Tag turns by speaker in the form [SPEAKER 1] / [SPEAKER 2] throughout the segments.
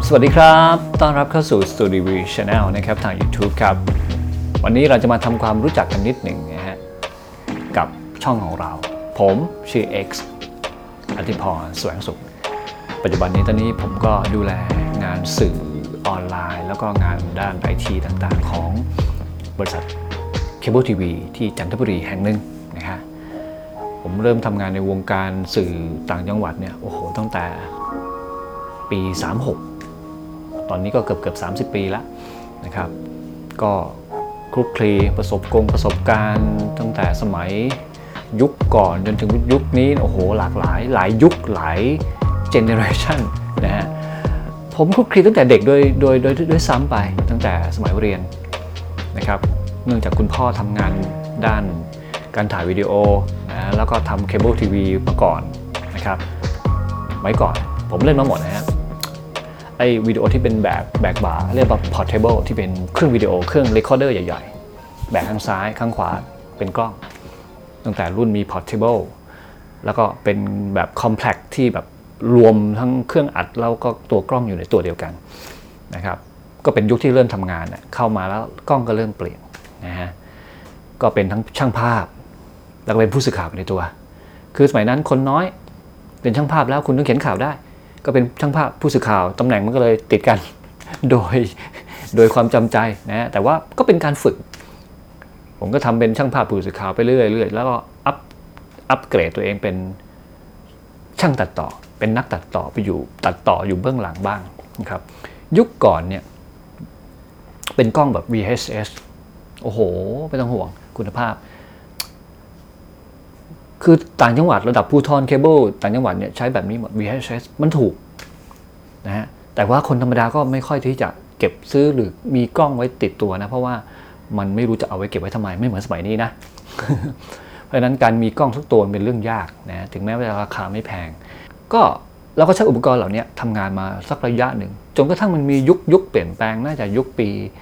[SPEAKER 1] สวัสดีครับต้อนรับเข้าสู่ StudiView Channel นะครับทาง YouTube ครับวันนี้เราจะมาทำความรู้จักกันนิดหนึ่งนะฮะกับช่องของเราผมชื่อ X อธิพรแสวงสุขปัจจุบันนี้ตอนนี้ผมก็ดูแลงานสื่อออนไลน์แล้วก็งานด้าน IT ต่างๆของบริษัทเคเบิลทีวีที่จันทบุรีแห่งหนึ่งนะฮะผมเริ่มทำงานในวงการสื่อต่างจังหวัดเนี่ยโอ้โหตั้งแต่ปี 36ตอนนี้ก็เกือบ30 ปีแล้วนะครับก็คลุกคลีประสบการณ์ตั้งแต่สมัยยุคก่อนจนถึงยุคนี้โอ้โหหลากหลายยุคหลายเจเนอเรชันนะฮะผมคลุกคลีตั้งแต่เด็กโดยซ้ำไปตั้งแต่สมัยเรียนนะครับเนื่องจากคุณพ่อทำงานด้านการถ่ายวิดีโอนะแล้วก็ทำเคเบิลทีวีมาก่อนนะครับไว้ก่อนผมเล่นมาหมดนะฮะไอ้วิดีโอที่เป็นแบบแบกบ่าเรียกว่า portable ที่เป็นเครื่องวิดีโอเครื่อง recorder ใหญ่ๆแบกข้างซ้ายข้างขวาเป็นกล้องตั้งแต่รุ่นมี portable แล้วก็เป็นแบบ compact ที่แบบรวมทั้งเครื่องอัดแล้วก็ตัวกล้องอยู่ในตัวเดียวกันนะครับก็เป็นยุคที่เริ่มทำงานเข้ามาแล้วกล้องก็เริ่มเปลี่ยนนะฮะก็เป็นทั้งช่างภาพแล้วก็เป็นผู้สื่อข่าวในตัวคือสมัยนั้นคนน้อยเป็นช่างภาพแล้วคุณต้องเขียนข่าวได้ก็เป็นช่างภาพผู้สื่อข่าวตำแหน่งมันก็เลยติดกันโดยความจำใจนะแต่ว่าก็เป็นการฝึกผมก็ทำเป็นช่างภาพผู้สื่อข่าวไปเรื่อยๆแล้วก็อัปเกรดตัวเองเป็นช่างตัดต่อเป็นนักตัดต่อไปอยู่ตัดต่ออยู่เบื้องหลังบ้างนะครับยุคก่อนเนี่ยเป็นกล้องแบบ VHS โอ้โหไม่ต้องห่วงคุณภาพคือต่างจังหวัดระดับภูธรเคเบิลต่างจังหวัดเนี่ยใช้แบบนี้หมด VHS มันถูกนะฮะแต่ว่าคนธรรมดาก็ไม่ค่อยที่จะเก็บซื้อหรือมีกล้องไว้ติดตัวนะเพราะว่ามันไม่รู้จะเอาไว้เก็บไว้ทำไมไม่เหมือนสมัยนี้นะ เพราะฉะนั้นการมีกล้องทุกตัวเป็นเรื่องยากนะถึงแม้ว่าราคาไม่แพงก็เราก็ใช้อุปกรณ์เหล่านี้ทำงานมาสักระยะหนึ่งจนกระทั่งมันมียุคเปลี่ยนแปลงน่าจะยุคปี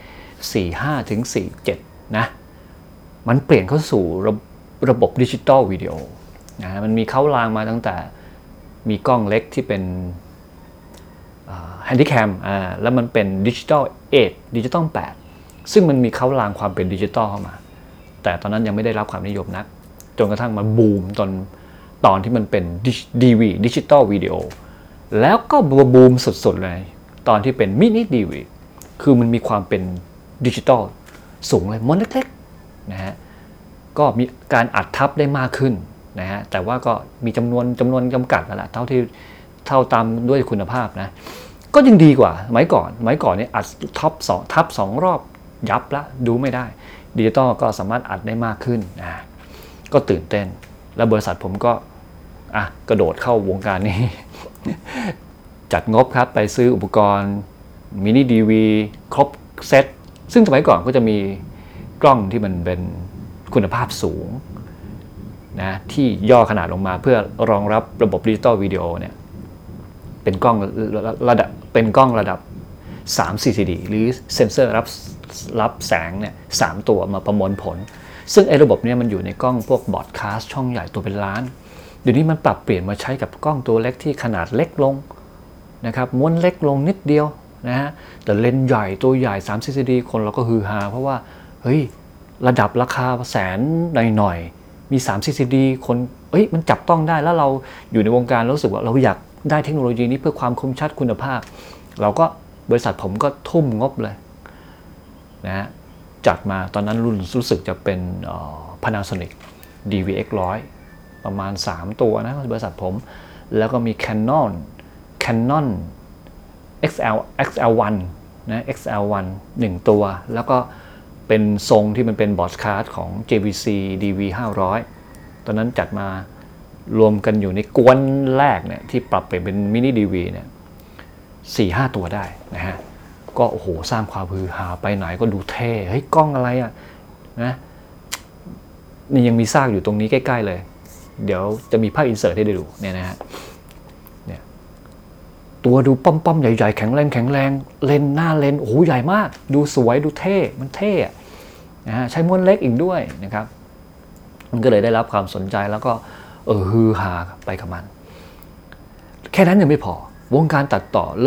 [SPEAKER 1] 45 ถึง 47 นะมันเปลี่ยนเข้าสู่ระบบดิจิตอลวิดีโอนะมันมีเข้ารางมาตั้งแต่มีกล้องเล็กที่เป็นแฮนดี้แคมแล้วมันเป็นดิจิตอล8ดิจิตอล8ซึ่งมันมีเข้ารางความเป็นดิจิตอลเข้ามาแต่ตอนนั้นยังไม่ได้รับความนิยมนักจนกระทั่งมาบูมตอนที่มันเป็นDVดิจิตอลวิดีโอแล้วก็บูมสุดๆเลยตอนที่เป็นมินิดีวีคือมันมีความเป็นดิจิตอลสูงเลยม้วนเล็กๆนะฮะก็มีการอัดทับได้มากขึ้นนะฮะแต่ว่าก็มีจำนวนจำกัดนั่นแหละเท่าตามด้วยคุณภาพนะก็ยังดีกว่าสมัยก่อนเนี่ยอัดทับ2 รอบยับละดูไม่ได้ดิจิตอลก็สามารถอัดได้มากขึ้นนะก็ตื่นเต้นแล้วบริษัทผมก็กระโดดเข้าวงการนี้ จัดงบครับไปซื้ออุปกรณ์มินิดีวีครบเซตซึ่งสมัยก่อนก็จะมีกล้องที่มันเป็นคุณภาพสูงนะที่ย่อขนาดลงมาเพื่อรองรับระบบดิจิตอลวิดีโอเนี่ยเป็นกล้องระดับ3 CCD หรือเซนเซอร์รับแสงเนี่ย3 ตัวมาประมวลผลซึ่งไอ้ระบบนี้มันอยู่ในกล้องพวกบอร์ดคาสต์ช่องใหญ่ตัวเป็นล้านเดี๋ยวนี้มันปรับเปลี่ยนมาใช้กับกล้องตัวเล็กที่ขนาดเล็กลงนะครับม้วนเล็กลงนิดเดียวนะฮะแต่เลนส์ใหญ่ตัวใหญ่3 CCD คนเราก็ฮือฮาเพราะว่าเฮ้ยระดับราคาแสนหน่อยมี3 CCD คนมันจับต้องได้แล้วเราอยู่ในวงการรู้สึกว่าเราอยากได้เทคโนโลยีนี้เพื่อความคมชัดคุณภาพเราก็บริษัทผมก็ทุ่มงบเลยนะฮะจัดมาตอนนั้นรุ่นรู้สึกจะเป็นPanasonic DVX100 ประมาณ3 ตัวนะบริษัทผมแล้วก็มี Canon XL1 นะ XL1 1 ตัวแล้วก็เป็นทรงที่มันเป็นบอร์ดคาสต์ของ JVC DV500 ตอนนั้นจัดมารวมกันอยู่ในกวนแรกเนี่ยที่ปรับไปเป็นมินิดีวีเนี่ย 4-5 ตัวได้นะฮะก็โอ้โหสร้างความฮือฮาไปไหนก็ดูเท่เฮ้ยกล้องอะไรนะนี่ยังมีซากอยู่ตรงนี้ใกล้ๆเลยเดี๋ยวจะมีภาพอินเสิร์ตให้ได้ดูเนี่ยนะฮะเนี่ยตัวดูป้อมๆใหญ่ๆแข็งแรงเลนหน้าเลนโอ้โหใหญ่มากดูสวยดูเท่มันเท่นะฮะใช้ม้วนเล็กอีกด้วยนะครับมันก็เลยได้รับความสนใจแล้วก็ฮือฮาไปกับมันแค่นั้นยังไม่พอวงการตัดต่อเริ่ม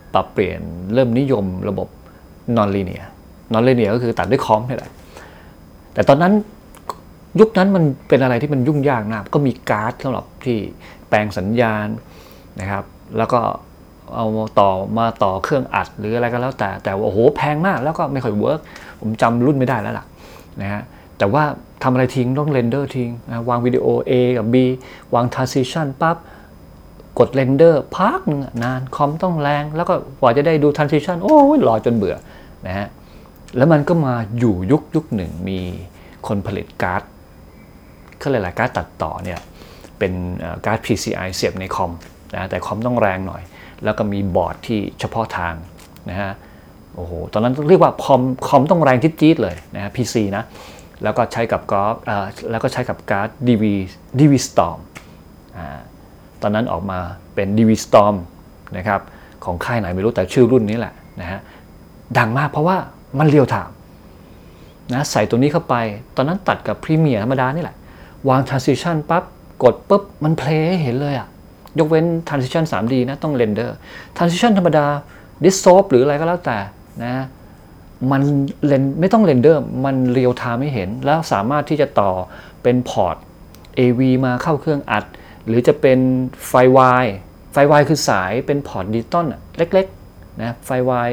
[SPEAKER 1] ปรับเปลี่ยนเริ่มนิยมระบบ non-linear ก็คือตัดด้วยคอมนี่แหละแต่ตอนนั้นยุคนั้นมันเป็นอะไรที่มันยุ่งยากนะก็มีการ์ดสำหรับที่แปลงสัญญาณนะครับแล้วก็เอามาต่อเครื่องอัดหรืออะไรก็แล้วแต่ว่าโอ้โหแพงมากแล้วก็ไม่ค่อยเวิร์กผมจำรุ่นไม่ได้แล้วล่ะนะฮะแต่ว่าทำอะไรทิ้งต้องเรนเดอร์ทิ้งนะวางวิดีโอ A กับ B วาง transition ปั๊บกดเรนเดอร์พักนึงนานคอมต้องแรงแล้วก็กว่าจะได้ดู transition โอ้ยรอจนเบื่อนะฮะแล้วมันก็มาอยู่ยุคหนึ่งมีคนผลิตการ์ดก็เลยหลายการ์ดตัดต่อเนี่ยเป็นการ์ด PCI เสียบในคอมนะแต่คอมต้องแรงหน่อยแล้วก็มีบอร์ดที่เฉพาะทางนะฮะโอ้โหตอนนั้นเรียกว่าคอมต้องแรงจี๊ดเลยนะ PC นะแล้วก็ใช้กับแล้วก็ใช้กับการ์ด DV Storm ตอนนั้นออกมาเป็น DV Storm นะครับของค่ายไหนไม่รู้แต่ชื่อรุ่นนี้แหละนะฮะดังมากเพราะว่ามันเรียลไทม์นะใส่ตัวนี้เข้าไปตอนนั้นตัดกับ Premiere ธรรมดานี่แหละวาง Transition ปั๊บกดปุ๊บมันเพลย์ให้เห็นเลยอะยกเว้น Transition 3D นะต้องเรนเดอร์ Transition ธรรมดา Dissolve หรืออะไรก็แล้วแต่นะมันไม่ต้องเรนเดอร์มันเรียลไทม์ให้เห็นแล้วสามารถที่จะต่อเป็นพอร์ต AV มาเข้าเครื่องอัดหรือจะเป็นไฟ Y คือสายเป็นพอร์ตดิจิตอลเล็กๆนะไฟ Y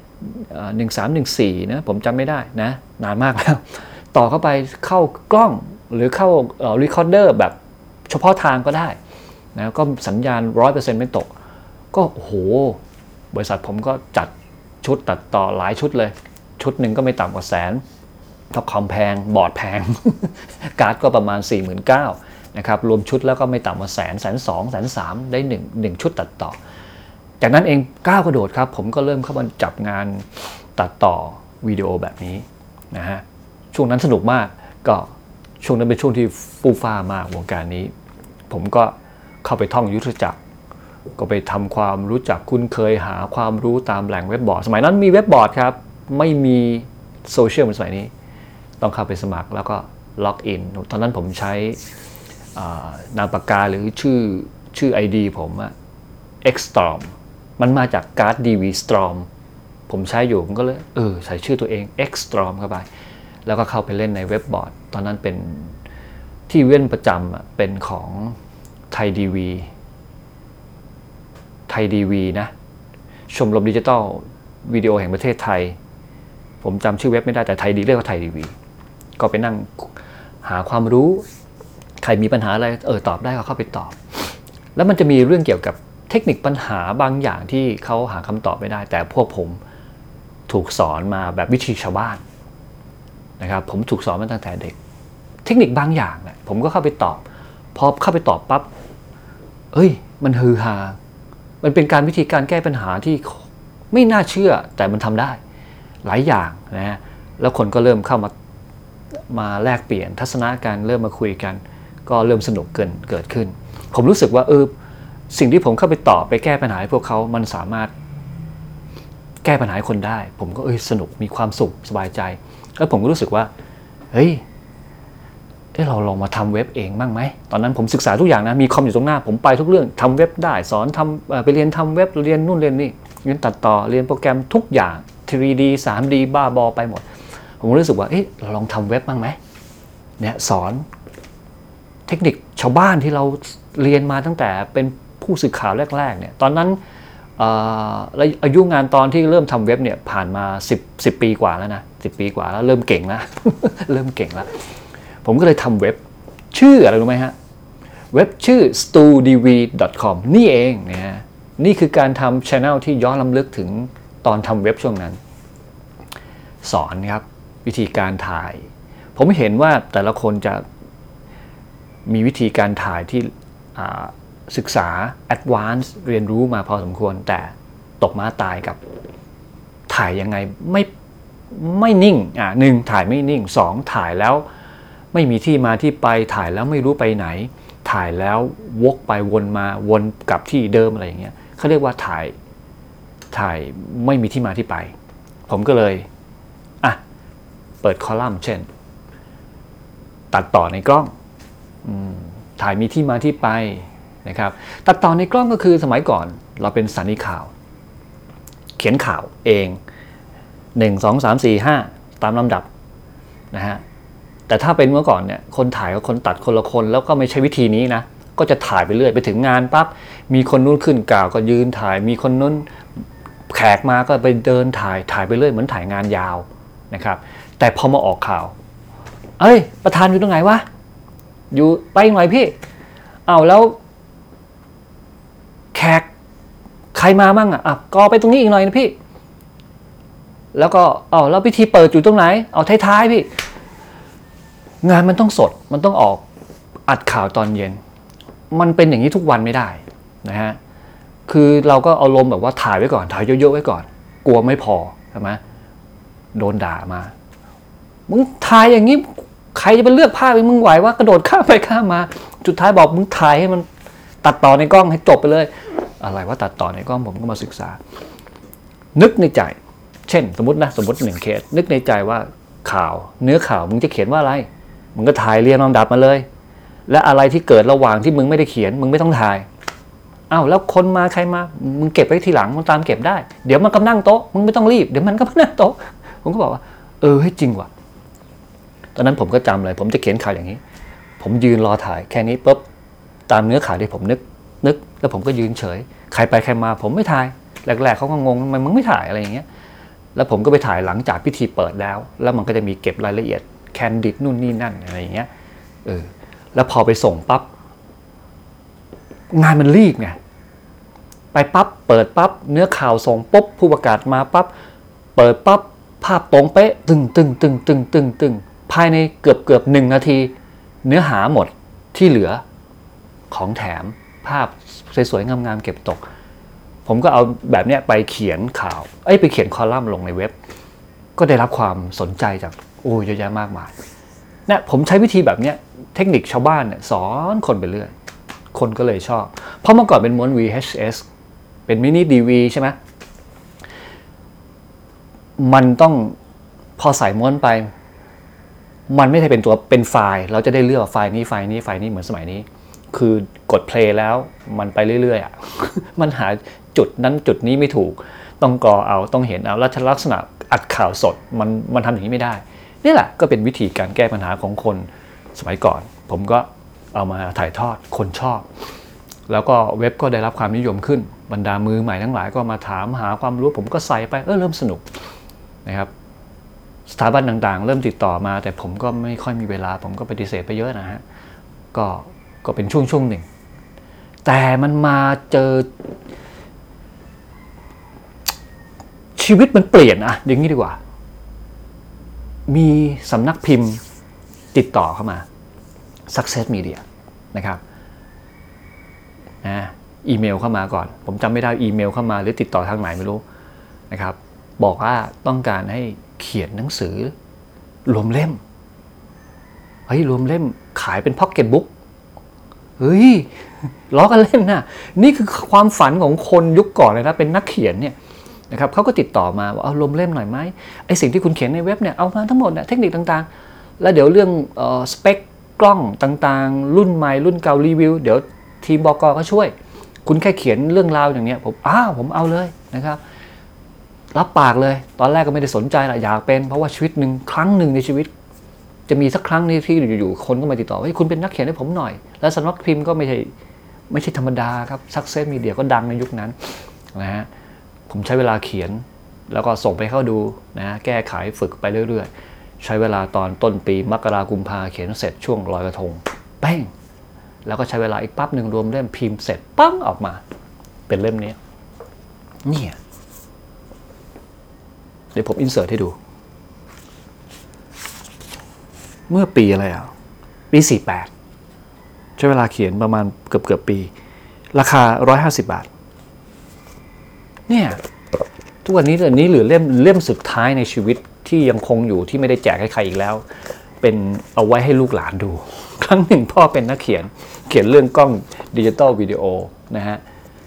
[SPEAKER 1] 1314นะผมจำไม่ได้นะนานมากแล้วต่อเข้าไปเข้ากล้องหรือเข้าrecorder แบบเฉพาะทางก็ได้นะก็สัญญาณ 100% ไม่ตกก็โอ้โหบริษัทผมก็จัดชุดตัดต่อหลายชุดเลยชุดหนึ่งก็ไม่ต่ำกว่าแสนถ้าคอมแพงบอร์ดแพง การ์ดก็ประมาณ 49,000 นะครับรวมชุดแล้วก็ไม่ต่ำกว่าแสน2 แสน 3ได้1ชุดตัดต่อจากนั้นเองก้าวกระโดดครับผมก็เริ่มเข้ามาจับงานตัดต่อวิดีโอแบบนี้นะฮะช่วงนั้นสนุกมากก็ช่วงนั้นเป็นช่วงที่ฟูฟ้ามากวงการนี้ผมก็เข้าไปท่องยุทธจักรก็ไปทำความรู้จักคุ้นเคยหาความรู้ตามแหล่งเว็บบอร์ดสมัยนั้นมีเว็บบอร์ดครับไม่มีโซเชียลเหมือนสมัยนี้ต้องเข้าไปสมัครแล้วก็ล็อกอินตอนนั้นผมใช้นามปากกาหรือชื่อ ID ผมอะ Xstorm มันมาจากการ์ด DV Storm ผมใช้อยู่ผมก็เลยใส่ชื่อตัวเอง Xstorm เข้าไปแล้วก็เข้าไปเล่นในเว็บบอร์ดตอนนั้นเป็นที่เว้นประจำเป็นของไทยดีวีนะชมรมดิจิทัลวิดีโอแห่งประเทศไทยผมจำชื่อเว็บไม่ได้แต่ไทยดีเรียกว่าไทยดีวีก็ไปนั่งหาความรู้ใครมีปัญหาอะไรตอบได้ก็เข้าไปตอบแล้วมันจะมีเรื่องเกี่ยวกับเทคนิคปัญหาบางอย่างที่เขาหาคำตอบไม่ได้แต่พวกผมถูกสอนมาแบบวิธีชาวบ้านนะครับผมถูกสอนมาตั้งแต่เด็กเทคนิคบางอย่างเนี่ยผมก็เข้าไปตอบพอเข้าไปตอบปั๊บมันฮือฮามันเป็นวิธีการแก้ปัญหาที่ไม่น่าเชื่อแต่มันทำได้หลายอย่างนะฮะแล้วคนก็เริ่มเข้ามาแลกเปลี่ยนทัศนะกันเริ่มมาคุยกันก็เริ่มสนุกเกิดขึ้นผมรู้สึกว่าสิ่งที่ผมเข้าไปตอบไปแก้ปัญหาให้พวกเขามันสามารถแก้ปัญหาให้คนได้ผมก็สนุกมีความสุขสบายใจแล้วผมก็รู้สึกว่าเราลองมาทำเว็บเองบ้างไหมตอนนั้นผมศึกษาทุกอย่างนะมีคอมอยู่ตรงหน้าผมไปทุกเรื่องทำเว็บได้สอนไปเรียนทำเว็บเรียนนู่นเรียนนี่เรียนตัดต่อเรียนโปรแกรมทุกอย่าง 3D 3D บ้าบอไปหมดผมรู้สึกว่าเราลองทำเว็บบ้างไหมเนี่ยสอนเทคนิคชาวบ้านที่เราเรียนมาตั้งแต่เป็นผู้สื่อข่าวแรกๆเนี่ยตอนนั้นอายุงานตอนที่เริ่มทำเว็บเนี่ยผ่านมา10 ปีกว่าแล้วนะ10 ปีกว่าแล้วเริ่มเก่งแล้ว เริ่มเก่งแล้วผมก็เลยทำเว็บชื่ออะไรรู้ไหมฮะเว็บชื่อ studv.com นี่เองนะนี่คือการทำ channel ที่ย้อนรำลึกถึงตอนทำเว็บช่วงนั้นสอนครับวิธีการถ่ายผมเห็นว่าแต่ละคนจะมีวิธีการถ่ายที่ศึกษา advance เรียนรู้มาพอสมควรแต่ตกม้าตายกับถ่ายยังไงไม่นิ่ง1ถ่ายไม่นิ่ง2ถ่ายแล้วไม่มีที่มาที่ไปถ่ายแล้วไม่รู้ไปไหนถ่ายแล้ววกไปวนมาวนกลับที่เดิมอะไรอย่างเงี้ยเขาเรียกว่าถ่ายไม่มีที่มาที่ไปผมก็เลยเปิดคอลัมน์เช่นตัดต่อในกล้องถ่ายมีที่มาที่ไปนะครับตัดต่อในกล้องก็คือสมัยก่อนเราเป็นสถานีข่าวเขียนข่าวเอง1 2 3 4 5ตามลำดับนะฮะแต่ถ้าเป็นเมื่อก่อนเนี่ยคนถ่ายกับคนตัดคนละคนแล้วก็ไม่ใช่วิธีนี้นะก็จะถ่ายไปเรื่อยไปถึงงานปั๊บมีคนนู้นขึ้นกล่าวก็ยืนถ่ายมีคนนู้นแขกมาก็ไปเดินถ่ายไปเรื่อยเหมือนถ่ายงานยาวนะครับแต่พอมาออกข่าวเอ้ยประธานอยู่ตรงไหนวะอยู่ไปหน่อยพี่เอาแล้วแขกใครมามั่งอ่ะก็ไปตรงนี้อีกหน่อยนะพี่แล้วก็แล้วพิธีเปิดอยู่ตรงไหนเอาท้ายๆพี่งานมันต้องสดมันต้องออกอัดข่าวตอนเย็นมันเป็นอย่างนี้ทุกวันไม่ได้นะฮะคือเราก็เอาลมแบบว่าถ่ายไว้ก่อนถ่ายเยอะๆไว้ก่อนกลัวไม่พอใช่ไหมโดนด่ามามึงถ่ายอย่างนี้ใครจะไปเลือกภาพมึงไหวว่ากระโดดข้ามไปข้ามมาสุดท้ายบอกมึงถ่ายให้มันตัดต่อในกล้องให้จบไปเลยอะไรว่าตัดต่อในกล้องผมก็มาศึกษานึกในใจเช่นสมมติ1เคสนึกในใจว่าข่าวเนื้อข่าวมึงจะเขียนว่าอะไรมึงก็ถ่ายเรียงลำดับมาเลยและอะไรที่เกิดระหว่างที่มึงไม่ได้เขียนมึงไม่ต้องถ่ายแล้วคนมาใครมามึงเก็บไว้ทีหลังมึงตามเก็บได้เดี๋ยวมันก็นั่งโต๊ะมึงไม่ต้องรีบเดี๋ยวมันก็นั่งโต๊ะผมก็บอกว่าให้จริงว่ะตอนนั้นผมก็จำเลยผมจะเขียนข่าวอย่างนี้ผมยืนรอถ่ายแค่นี้ปุ๊บตามเนื้อข่าวที่ผมนึกแล้วผมก็ยืนเฉยใครไปใครมาผมไม่ถ่ายแรกๆเขาก็งงทำไมมึงไม่ถ่ายอะไรอย่างเงี้ยแล้วผมก็ไปถ่ายหลังจากพิธีเปิดแล้วมันก็จะมีเก็บรายละเอียดแคนดิดนู่นนี่นั่นอะไรอย่างเงี้ยแล้วพอไปส่งปั๊บงานมันรีบไงไปปั๊บเปิดปั๊บเนื้อข่าวส่งปุ๊บผู้ประกาศมาปั๊บเปิดปั๊บภาพตรงเป๊ะตึงภายในเกือบ1 นาทีเนื้อหาหมดที่เหลือของแถมภาพสวยๆงามๆเก็บตกผมก็เอาแบบเนี้ยไปเขียนข่าวไปเขียนคอลัมน์ลงในเว็บก็ได้รับความสนใจจากเยอะแยะมากมายเนี่ยผมใช้วิธีแบบเนี้ยเทคนิคชาวบ้านเนี่ยสอนคนไปเรื่อยคนก็เลยชอบเพราะเมื่อก่อนเป็นม้วน VHS เป็นมินิ DV ใช่ไหมมันต้องพอใส่ม้วนไปมันไม่ใช่เป็นตัวเป็นไฟล์เราจะได้เลือกไฟล์นี้เหมือนสมัยนี้คือกด play แล้วมันไปเรื่อยๆ มันหาจุดนั้นจุดนี้ไม่ถูกต้องกรอเอาต้องเห็นเอาลักษณะอัดข่าวสดมันทำอย่างนี้ไม่ได้นี่แหละก็เป็นวิธีการแก้ปัญหาของคนสมัยก่อนผมก็เอามาถ่ายทอดคนชอบแล้วก็เว็บก็ได้รับความนิยมขึ้นบรรดามือใหม่ทั้งหลายก็มาถามหาความรู้ผมก็ใส่ไปเริ่มสนุกนะครับสถาบันต่างๆเริ่มติดต่อมาแต่ผมก็ไม่ค่อยมีเวลาผมก็ปฏิเสธไปเยอะนะฮะก็เป็นช่วงหนึ่งแต่มันมาเจอชีวิตมันเปลี่ยนอย่างนี้ดีกว่ามีสำนักพิมพ์ติดต่อเข้ามา Success Media นะครับอีเมลเข้ามาก่อนผมจำไม่ได้อีเมลเข้ามาหรือติดต่อทางไหนไม่รู้นะครับบอกว่าต้องการให้เขียนหนังสือรวมเล่มรวมเล่มขายเป็นพ็อกเก็ตบุ๊กล้อกันเล่นนะนี่คือความฝันของคนยุคก่อนเลยนะเป็นนักเขียนเนี่ยนะครับเขาก็ติดต่อมาว่าเอารวมเล่มหน่อยไหมไอสิ่งที่คุณเขียนในเว็บเนี่ยเอามาทั้งหมดเนี่ยเทคนิคต่างๆแล้วเดี๋ยวเรื่องสเปคกล้องต่างๆรุ่นใหม่รุ่นเก่ารีวิวเดี๋ยวทีมบก.ก็ช่วยคุณแค่เขียนเรื่องราวอย่างเนี้ยผมเอาเลยนะครับรับปากเลยตอนแรกก็ไม่ได้สนใจละอยากเป็นเพราะว่าชีวิตหนึ่งครั้งหนึ่งในชีวิตจะมีสักครั้งนี้ที่อยู่ๆคนก็มาติดต่อว่าคุณเป็นนักเขียนให้ผมหน่อยแล้วสำนักพิมพ์ก็ไม่ใช่ธรรมดาครับ Success Media ก็ดังในยุคนั้นนะฮะผมใช้เวลาเขียนแล้วก็ส่งไปเข้าดูนะแก้ไขฝึกไปเรื่อยๆใช้เวลาตอนต้นปีมกรากุมภาเขียนเสร็จช่วงลอยกระทงแป้งแล้วก็ใช้เวลาอีกปั๊บหนึ่งรวมเล่มพิมพ์เสร็จปั้งออกมาเป็นเล่มนี้เนี่ยเดี๋ยวผมอินเสิร์ตให้ดูเมื่อปีอะไรปี48ใช้เวลาเขียนประมาณเกือบปีราคา150 บาทเนี่ยทุกวันนี้เหลือเล่มสุดท้ายในชีวิตที่ยังคงอยู่ที่ไม่ได้แจกให้ใครอีกแล้วเป็นเอาไว้ให้ลูกหลานดูครั้งหนึ่งพ่อเป็นนักเขียนเรื่องกล้องดิจิตอลวิดีโอนะฮะ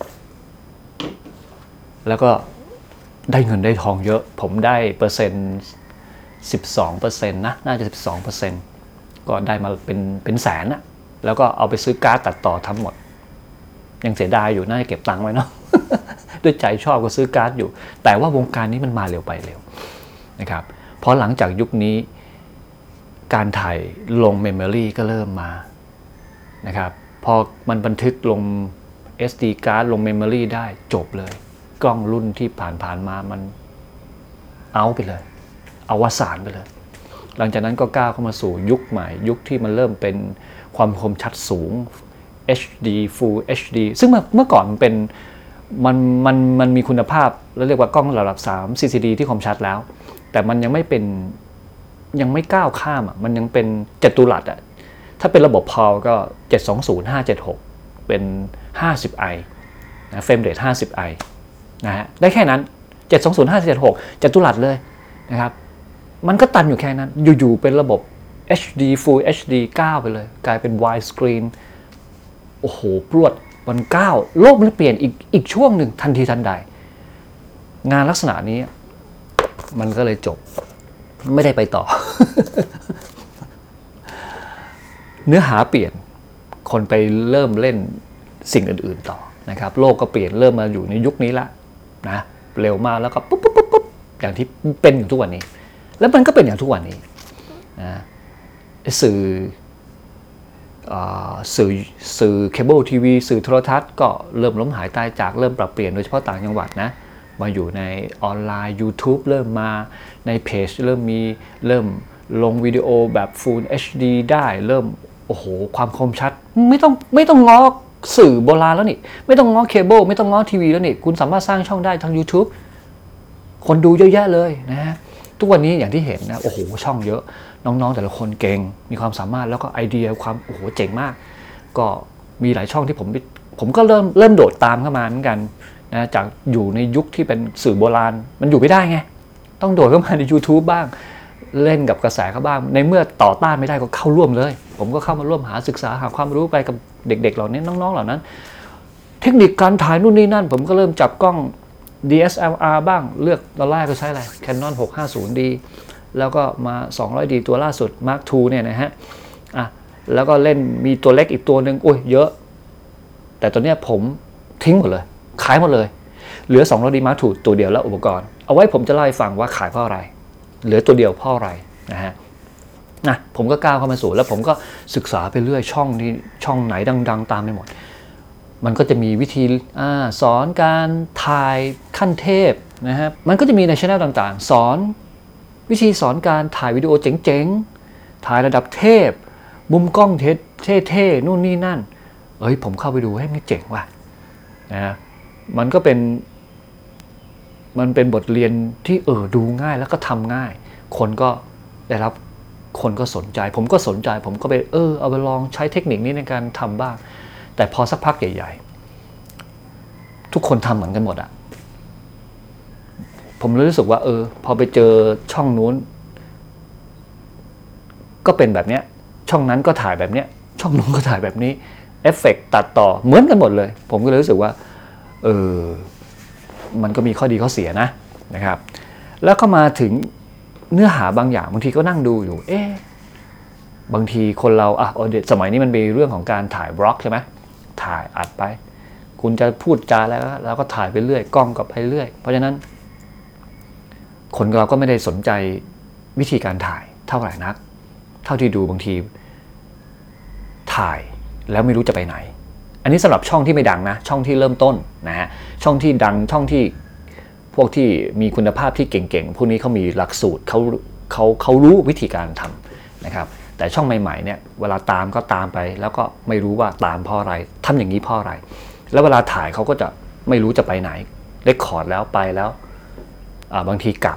[SPEAKER 1] แล้วก็ได้เงินได้ทองเยอะผมได้เปอร์เซ็นต์ 12% นะน่าจะ 12% ก็ได้มาเป็นแสนนะแล้วก็เอาไปซื้อการ์ดตัดต่อทั้งหมดยังเสียดายอยู่น่าจะเก็บตังค์ไว้เนาะด้วยใจชอบก็ซื้อการ์ดอยู่แต่ว่าวงการนี้มันมาเร็วไปเร็วนะครับเพราะหลังจากยุคนี้การถ่ายลงเมมโมรีก็เริ่มมานะครับพอมันบันทึกลง SD การ์ดลงเมมโมรีได้จบเลยกล้องรุ่นที่ผ่านมามันเอาไปเลยอวสานไปเลยหลังจากนั้นก็ก้าวเข้ามาสู่ยุคใหม่ยุคที่มันเริ่มเป็นความคมชัดสูง HD Full HD ซึ่งเมื่อก่อนมันเป็นมันมีคุณภาพแล้วเรียกว่ากล้องระดับ3 CCD ที่คมชัดแล้วแต่มันยังไม่ก้าวข้ามอ่ะมันยังเป็นจัตุรัสอ่ะถ้าเป็นระบบ PAL ก็720 576เป็น 50i นะเฟรมเรท 50i นะฮะได้แค่นั้น720 576จัตุรัสเลยนะครับมันก็ตันอยู่แค่นั้นอยู่ๆเป็นระบบ HD Full HD ก้าวไปเลยกลายเป็น Wide Screen โอ้โหพรวดมันก้าวโลกมันเปลี่ยนอีกช่วงหนึ่งทันทีทันใดงานลักษณะนี้มันก็เลยจบไม่ได้ไปต่อ เนื้อหาเปลี่ยนคนไปเริ่มเล่นสิ่งอื่นๆต่อนะครับโลกก็เปลี่ยนเริ่มมาอยู่ในยุคนี้ละนะเร็วมากแล้วก็ปุ๊บอย่างที่เป็นอยู่ทุกวันนี้แล้วมันก็เป็นอย่างทุกวันนี้นะสื่อเคเบิลทีวีสื่อโทรทัศน์ก็เริ่มล้มหายตายจากเริ่มปรับเปลี่ยนโดยเฉพาะต่างจังหวัดนะมาอยู่ในออนไลน์ YouTube เริ่มมาในเพจเริ่มลงวิดีโอแบบ Full HD ได้เริ่มโอ้โหความคมชัดไม่ต้องง้อสื่อโบราณแล้วนี่ไม่ต้องง้อเคเบิลไม่ต้องง้อทีวีแล้วนี่คุณสามารถสร้างช่องได้ทาง YouTube คนดูเยอะแยะเลยนะฮะทุกวันนี้อย่างที่เห็นนะโอ้โหช่องเยอะน้องๆแต่ละคนเก่งมีความสามารถแล้วก็ไอเดียความโอ้โหเจ๋งมากก็มีหลายช่องที่ผมก็เริ่มโดดตามเข้ามาเหมือนกันนะจากอยู่ในยุคที่เป็นสื่อโบราณมันอยู่ไม่ได้ไงต้องโดดเข้ามาใน YouTube บ้างเล่นกับกระแสเขาบ้างในเมื่อต่อต้านไม่ได้ก็เข้าร่วมเลยผมก็เข้ามาร่วมหาศึกษาหาความรู้ไปกับเด็กๆเหล่านี้น้องๆเหล่านั้นเทคนิคการถ่ายนู่นนี่นั่นผมก็เริ่มจับกล้อง DSLR บ้างเลือกตอนแรกก็ใช้อะไร Canon 650D แล้วก็มา 200D ตัวล่าสุด Mark II เนี่ยนะฮะแล้วก็เล่นมีตัวเล็กอีกตัวหนึ่งโอ้ยเยอะแต่ตัวเนี้ยผมทิ้งหมดเลยขายหมดเลยเหลือ 200D Mark II ตัวเดียวแล้วอุปกรณ์เอาไว้ผมจะเล่าให้ฟังว่าขายเพราะอะไรเหลือตัวเดียวเพราะอะไรนะฮะผมก็ก้าวเข้ามาสู่แล้วผมก็ศึกษาไปเรื่อยช่องไหนดังๆตามไปหมดมันก็จะมีวิธีสอนการถ่ายขั้นเทพนะฮะมันก็จะมีในช่องต่างๆสอนวิธีสอนการถ่ายวิดีโอเจ๋งๆถ่ายระดับเทพมุมกล้องเท่ๆนู่นนี่นั่นผมเข้าไปดูให้มันเจ๋งว่ะนะมันเป็นบทเรียนที่ดูง่ายแล้วก็ทำง่ายคนก็ได้รับคนก็สนใจผมก็สนใจผมก็ไปเอาไปลองใช้เทคนิคนี้ในการทำบ้างแต่พอสักพักใหญ่ๆทุกคนทำเหมือนกันหมดอะผมรู้สึกว่าพอไปเจอช่องนู้นก็เป็นแบบเนี้ยช่องนั้นก็ถ่ายแบบเนี้ยช่องนู้นก็ถ่ายแบบนี้เอฟเฟกต์ตัดต่อเหมือนกันหมดเลยผมก็เลยรู้สึกว่ามันก็มีข้อดีข้อเสียนะครับแล้วก็มาถึงเนื้อหาบางอย่างบางทีก็นั่งดูอยู่บางทีคนเราสมัยนี้มันมีเรื่องของการถ่ายบล็อกใช่ไหมถ่ายอัดไปคุณจะพูดจาแล้วก็ถ่ายไปเรื่อยกล้องก็ไปเรื่อยเพราะฉะนั้นคนเราก็ไม่ได้สนใจวิธีการถ่ายเท่าไหร่นักเท่าที่ดูบางทีถ่ายแล้วไม่รู้จะไปไหนอันนี้สำหรับช่องที่ไม่ดังนะช่องที่เริ่มต้นนะฮะช่องที่ดังช่องที่พวกที่มีคุณภาพที่เก่งๆพวกนี้เขามีหลักสูตรเขารู้วิธีการทำนะครับแต่ช่องใหม่ๆเนี่ยเวลาตามก็ตามไปแล้วก็ไม่รู้ว่าตามเพราะอะไรทำอย่างนี้เพราะอะไรแล้วเวลาถ่ายเขาก็จะไม่รู้จะไปไหนเรคคอร์ดแล้วไปแล้วบางทีกลั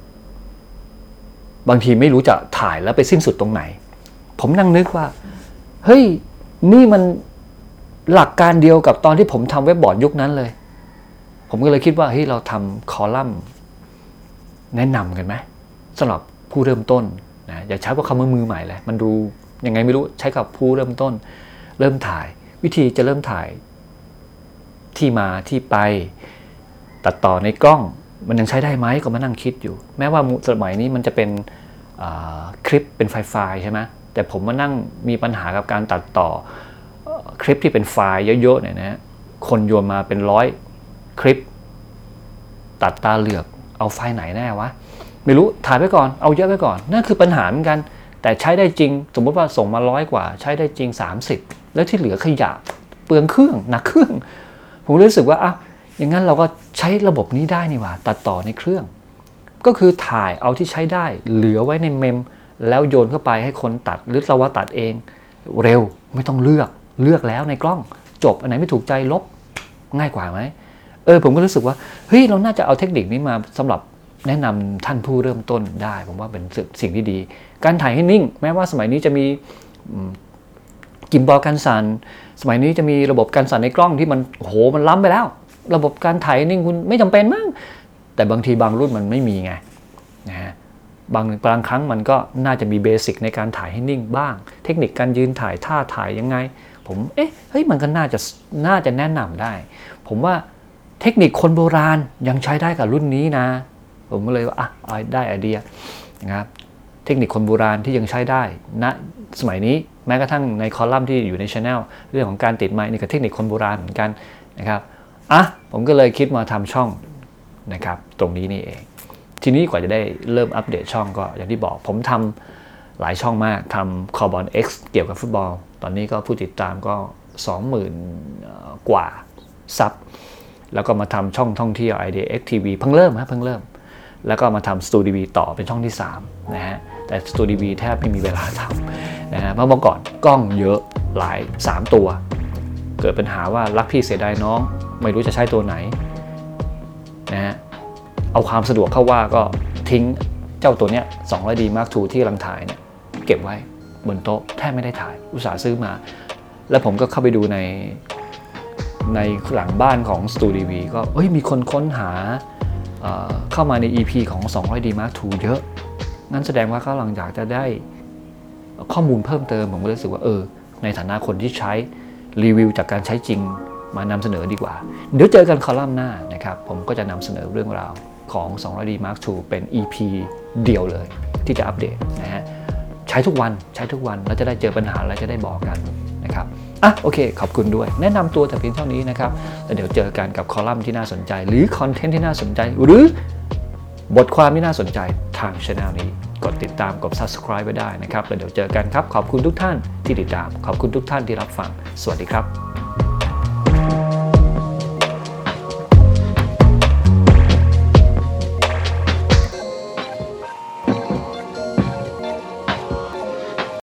[SPEAKER 1] บบางทีไม่รู้จะถ่ายแล้วไปสิ้นสุดตรงไหนผมนั่งนึกว่าเฮ้ยนี่มันหลักการเดียวกับตอนที่ผมทำเว็บบอร์ดยุคนั้นเลยผมก็เลยคิดว่าเฮ้ยเราทำคอลัมน์แนะนำกันไหมสำหรับผู้เริ่มต้นนะอย่าใช้ว่าคำว่ามือใหม่เลยมันดูยังไงไม่รู้ใช้กับผู้เริ่มต้นเริ่มถ่ายวิธีจะเริ่มถ่ายที่มาที่ไปตัดต่อในกล้องมันยังใช้ได้ไหมก็มานั่งคิดอยู่แม้ว่าสมัยนี้มันจะเป็นคลิปเป็นไฟล์ใช่ไหมแต่ผมมานั่งมีปัญหากับการตัดต่อคลิปที่เป็นไฟล์เยอะๆเนี่ยนะคนโยนมาเป็น100คลิปตัดตาเหลือกเอาไฟไหนแน่วะไม่รู้ถ่ายไปก่อนเอาเยอะไปก่อนนั่นคือปัญหาเหมือนกันแต่ใช้ได้จริงสมมติว่าส่งมา100กว่าใช้ได้จริง30แล้วที่เหลือขยะเปลืองเครื่องหนักเครื่องผมรู้สึกว่าอ่ะอย่างนั้นเราก็ใช้ระบบนี้ได้นี่หว่าตัดต่อในเครื่องก็คือถ่ายเอาที่ใช้ได้เหลือไว้ในเมมแล้วโยนเข้าไปให้คนตัดหรือเราว่าตัดเองเร็วไม่ต้องเลือกแล้วในกล้องจบอันไหนไม่ถูกใจลบง่ายกว่าไหมผมก็รู้สึกว่าเฮ้ยเราน่าจะเอาเทคนิคนี้มาสำหรับแนะนำท่านผู้เริ่มต้นได้ผมว่าเป็นสิ่งที่ดีการถ่ายให้นิ่งแม้ว่าสมัยนี้จะมีกิมบอลกันสั่นสมัยนี้จะมีระบบการสั่นในกล้องที่มันโหมันล้ำไปแล้วระบบการถ่ายนิ่งคุณไม่จำเป็นมั้งแต่บางทีบางรุ่นมันไม่มีไงนะฮะบางครั้งมันก็น่าจะมีเบสิกในการถ่ายให้นิ่งบ้างเทคนิคการยืนถ่ายท่าถ่ายยังไงผมเฮ้ยมันก็น่าจะแนะนำได้ผมว่าเทคนิคคนโบราณยังใช้ได้กับรุ่นนี้นะผมก็เลยว่าได้ไอเดียนะครับเทคนิคคนโบราณที่ยังใช้ได้ณสมัยนี้แม้กระทั่งในคอลัมน์ที่อยู่ใน channel เรื่องของการติดไมค์นี่ก็เทคนิคคนโบราณเหมือนกันนะครับผมก็เลยคิดมาทำช่องนะครับตรงนี้นี่เองทีนี้กว่าจะได้เริ่มอัปเดตช่องก็อย่างที่บอกผมทำหลายช่องมากทำคอบอล X เกี่ยวกับฟุตบอลตอนนี้ก็ผู้ติดตามก็ 20,000 กว่าซับแล้วก็มาทำช่องท่องเที่ยว IDX TV เพิ่งเริ่มแล้วก็มาทำสตูดิโอต่อเป็นช่องที่3นะฮะแต่สตูดิโอแทบไม่มีเวลาทำนะฮะเพราะเมื่อก่อนกล้องเยอะหลาย3ตัวเกิดปัญหาว่ารักพี่เสียดายน้องไม่รู้จะใช้ตัวไหนนะฮะเอาความสะดวกเข้าว่าก็ทิ้งเจ้าตัวเนี้ย 200D Mark II ที่กำลังถ่ายเนี่ยเก็บไว้บนโต๊ะแทบไม่ได้ถ่ายอุตส่าห์ซื้อมาแล้วผมก็เข้าไปดูในหลังบ้านของสตูดิโอก็มีคนค้นหาเข้ามาใน EP ของ 200D Mark II เยอะงั้นแสดงว่าเขาหลังจากจะได้ข้อมูลเพิ่มเติมผมก็รู้สึกว่าในฐานะคนที่ใช้รีวิวจากการใช้จริงมานำเสนอดีกว่าเดี๋ยวเจอกันคอลัมน์หน้านะครับผมก็จะนำเสนอเรื่องราวของ 200D Mark II เป็น EP เดียวเลยที่จะอัปเดตนะฮะใช้ทุกวันแล้วจะได้เจอปัญหาแล้วจะได้บอกกันนะครับโอเคขอบคุณด้วยแนะนำตัวแต่เพียงเท่านี้นะครับแล้วเดี๋ยวเจอกันกับคอลัมน์ที่น่าสนใจหรือคอนเทนต์ที่น่าสนใจหรือบทความที่น่าสนใจทาง channel นี้กดติดตามกด subscribe ไว้ได้นะครับแล้วเดี๋ยวเจอกันครับขอบคุณทุกท่านที่ติดตามขอบคุณทุกท่านที่รับฟังสวัสดีครับ